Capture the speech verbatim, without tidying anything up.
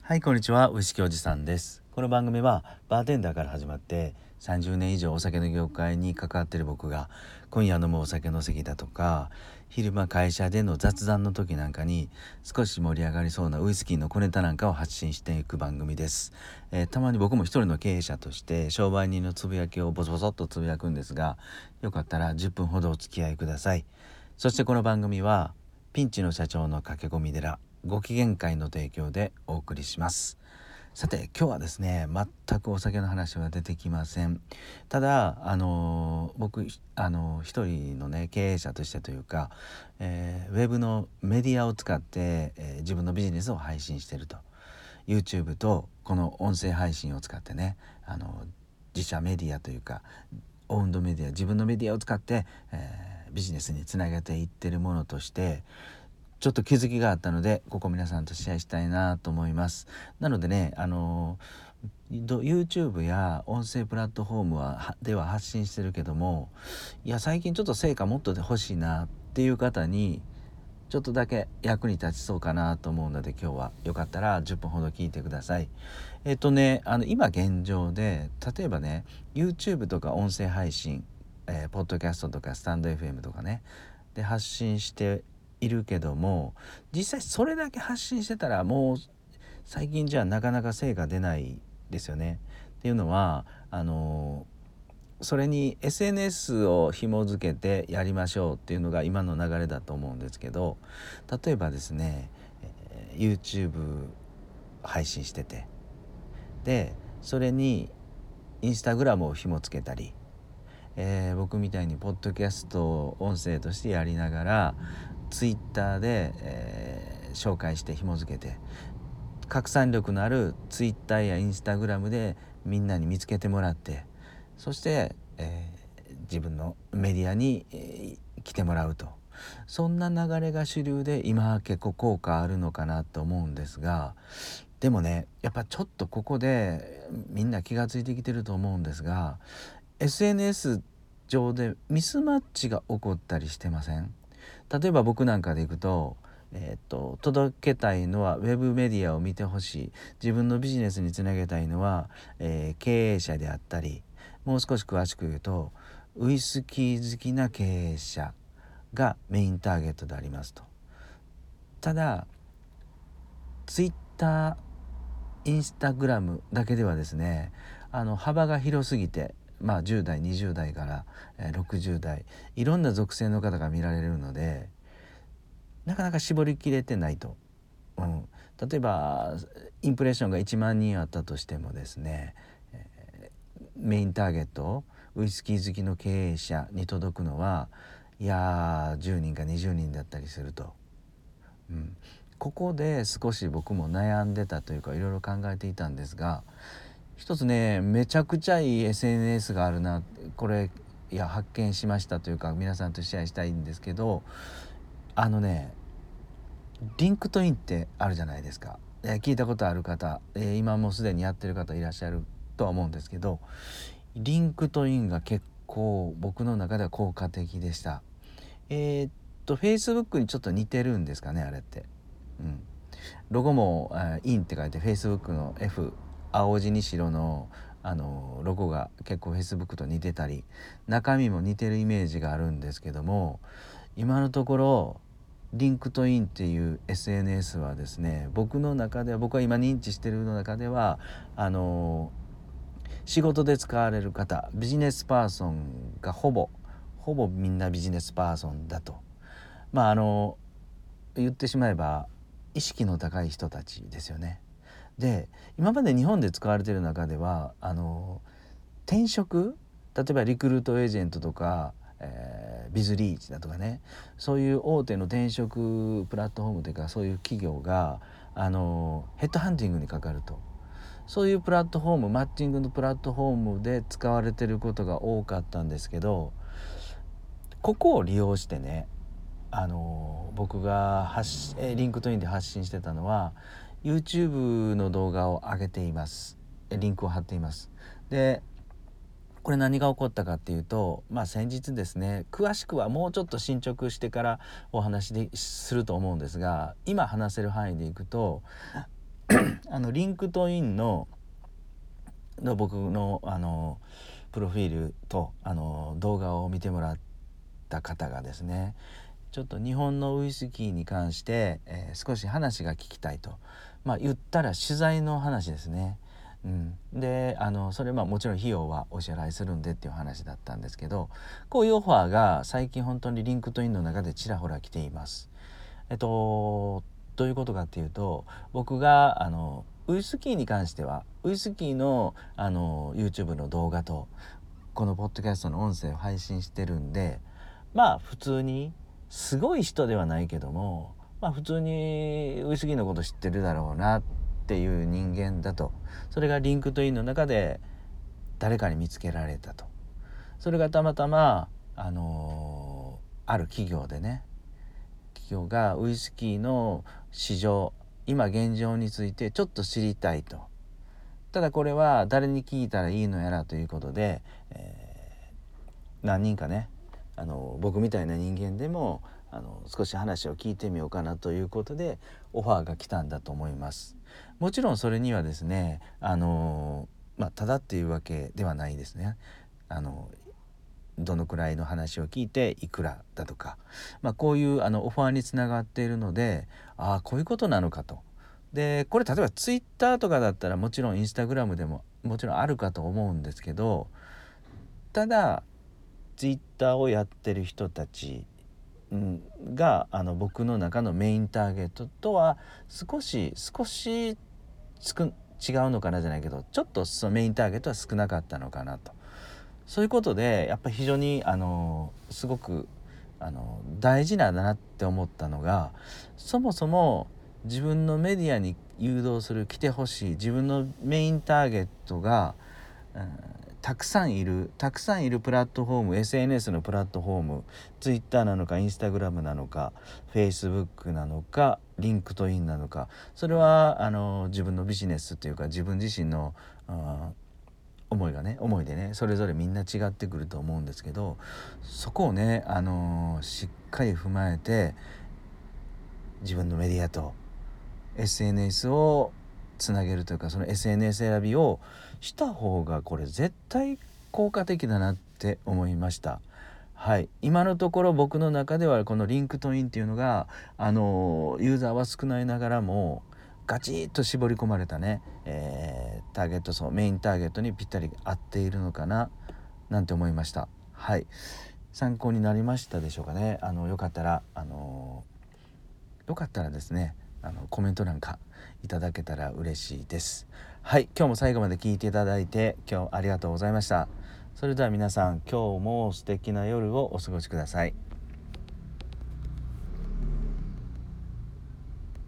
はい、こんにちは。ウイスキーおじさんです。この番組はバーテンダーから始まってさんじゅうねん以上お酒の業界に関わっている僕が、今夜飲むお酒の席だとか昼間会社での雑談の時なんかに少し盛り上がりそうなウイスキーの小ネタなんかを発信していく番組です。えーたまに僕も一人の経営者として商売人のつぶやきをボソボソっとつぶやくんですが、よかったらじゅっぷんほどお付き合いください。そしてこの番組はピンチの社長の駆け込み寺ご機嫌会の提供でお送りします。さて今日はですね、全くお酒の話は出てきません。ただあの僕あの一人のね経営者としてというか、えーウェブのメディアを使って、えー自分のビジネスを配信していると。 YouTube とこの音声配信を使ってね、あの自社メディアというかオウンドメディア、自分のメディアを使って、えービジネスにつなげていってるものとしてちょっと気づきがあったので、ここ皆さんとシェアしたいなと思います。なのでね、あの YouTube や音声プラットフォームはでは発信してるけども、いや最近ちょっと成果もっとで欲しいなっていう方にちょっとだけ役に立ちそうかなと思うので、今日はよかったらじゅっぷんほど聞いてください。えっとねあの今現状で例えばね YouTube とか音声配信、えー、ポッドキャストとかスタンド エフエム とかねで発信しているけども、実際それだけ発信してたらもう最近じゃなかなか成果出ないですよね。っていうのはあのそれに エスエヌエス を紐付けてやりましょうっていうのが今の流れだと思うんですけど、例えばですね、えー YouTube 配信してて、でそれに Instagram を紐付けたり、えー僕みたいにポッドキャストを音声としてやりながら Twitter で、えー紹介して紐付けて、拡散力のある Twitter や Instagram でみんなに見つけてもらって、そして、えー自分のメディアに、えー来てもらうと、そんな流れが主流で今結構効果あるのかなと思うんですが、でもねやっぱちょっとここでみんな気がついてきてると思うんですが、 エスエヌエス 上でミスマッチが起こったりしてません？例えば僕なんかでいくと、えーっと届けたいのはウェブメディアを見てほしい、自分のビジネスにつなげたいのは、えー経営者であったり、もう少し詳しく言うとウイスキー好きな経営者がメインターゲットでありますと。ただツイッターインスタグラムだけではですね、あの幅が広すぎて、まあじゅう代にじゅう代から、えーろくじゅう代いろんな属性の方が見られるので、なかなか絞りきれてないと。うん、例えばインプレッションがいちまん人あったとしてもですね、えーメインターゲットウイスキー好きの経営者に届くのはいやーじゅうにんかにじゅうにんだったりすると。うん、ここで少し僕も悩んでたというかいろいろ考えていたんですが、一つねめちゃくちゃいい エスエヌエス があるな、これいや発見しましたというか皆さんとシェアしたいんですけど、あのねリンクトインってあるじゃないですか。えー聞いたことある方、えー今もうすでにやってる方いらっしゃるとは思うんですけど、リンクトインが結構僕の中では効果的でした。えーっと Facebook にちょっと似てるんですかねあれって。うん、ロゴも、えー、インって書いて Facebook の F 青地に白のあのロゴが結構 Facebook と似てたり中身も似てるイメージがあるんですけども、今のところリンクトインっていう エスエヌエス はですね、僕の中では僕は今認知してるの中ではあの仕事で使われる方ビジネスパーソンがほぼほぼみんなビジネスパーソンだと。まああの言ってしまえば意識の高い人たちですよね。で今まで日本で使われている中ではあの転職、例えばリクルートエージェントとか、えービズリーチだとかね、そういう大手の転職プラットフォームというかそういう企業があのヘッドハンティングにかかると、そういうプラットフォームマッチングのプラットフォームで使われていることが多かったんですけど、ここを利用してね、あの僕が発えリンクトインで発信してたのは YouTube の動画を上げています。リンクを貼っています。でこれ何が起こったかっていうと、まあ先日ですね、詳しくはもうちょっと進捗してからお話ですると思うんですが、今話せる範囲でいくとあのリンクトインのの僕のあのプロフィールとあの動画を見てもらった方がですね、ちょっと日本のウイスキーに関して、えー少し話が聞きたいと、まあ言ったら取材の話ですね。うん、であのそれまあもちろん費用はお支払いするんでっていう話だったんですけど、こういうオファーが最近本当にリンクトインの中でちらほら来ています。えっとどういうことかっていうと、僕があのウイスキーに関してはウイスキーのあの YouTube の動画とこのポッドキャストの音声を配信してるんで、まあ普通にすごい人ではないけども、まあ普通にウイスキーのこと知ってるだろうなっていう人間だと。それがリンクトインの中で誰かに見つけられたと。それがたまたまあのある企業でね、企業がウイスキーの市場今現状についてちょっと知りたいと。ただこれは誰に聞いたらいいのやらということで、えー何人かね、あの僕みたいな人間でもあの少し話を聞いてみようかなということでオファーが来たんだと思います。もちろんそれにはですね、あのまあただっていうわけではないですね。あのどのくらいの話を聞いていくらだとか、まあ、こういうあのオファーにつながっているので、ああこういうことなのかと。でこれ例えばツイッターとかだったらもちろんインスタグラムでももちろんあるかと思うんですけど、ただツイッターをやってる人たちうんがあの僕の中のメインターゲットとは少し少しつく違うのかなじゃないけど、ちょっとそのメインターゲットは少なかったのかなと。そういうことでやっぱり非常にあのすごくあの大事なんだなって思ったのが、そもそも自分のメディアに誘導する来てほしい自分のメインターゲットが、うん、たくさんいるたくさんいるプラットフォーム エスエヌエス のプラットフォーム Twitter なのか Instagram なのか Facebook なのか LinkedIn なのか、それはあの自分のビジネスというか自分自身の、うん思いがね思いでねそれぞれみんな違ってくると思うんですけど、そこをね、あのーしっかり踏まえて自分のメディアと エスエヌエス をつなげるというか、その エスエヌエス 選びをした方がこれ絶対効果的だなって思いました。はい、今のところ僕の中ではこのリンクトインっていうのがあのユーザーは少ないながらもガチッと絞り込まれたね、えーターゲット層メインターゲットにぴったり合っているのかななんて思いました。はい、参考になりましたでしょうかね。あのよかったらあのよかったらですねあのコメントなんかいただけたら嬉しいです。はい、今日も最後まで聞いていただいて今日ありがとうございました。それでは皆さん今日も素敵な夜をお過ごしください。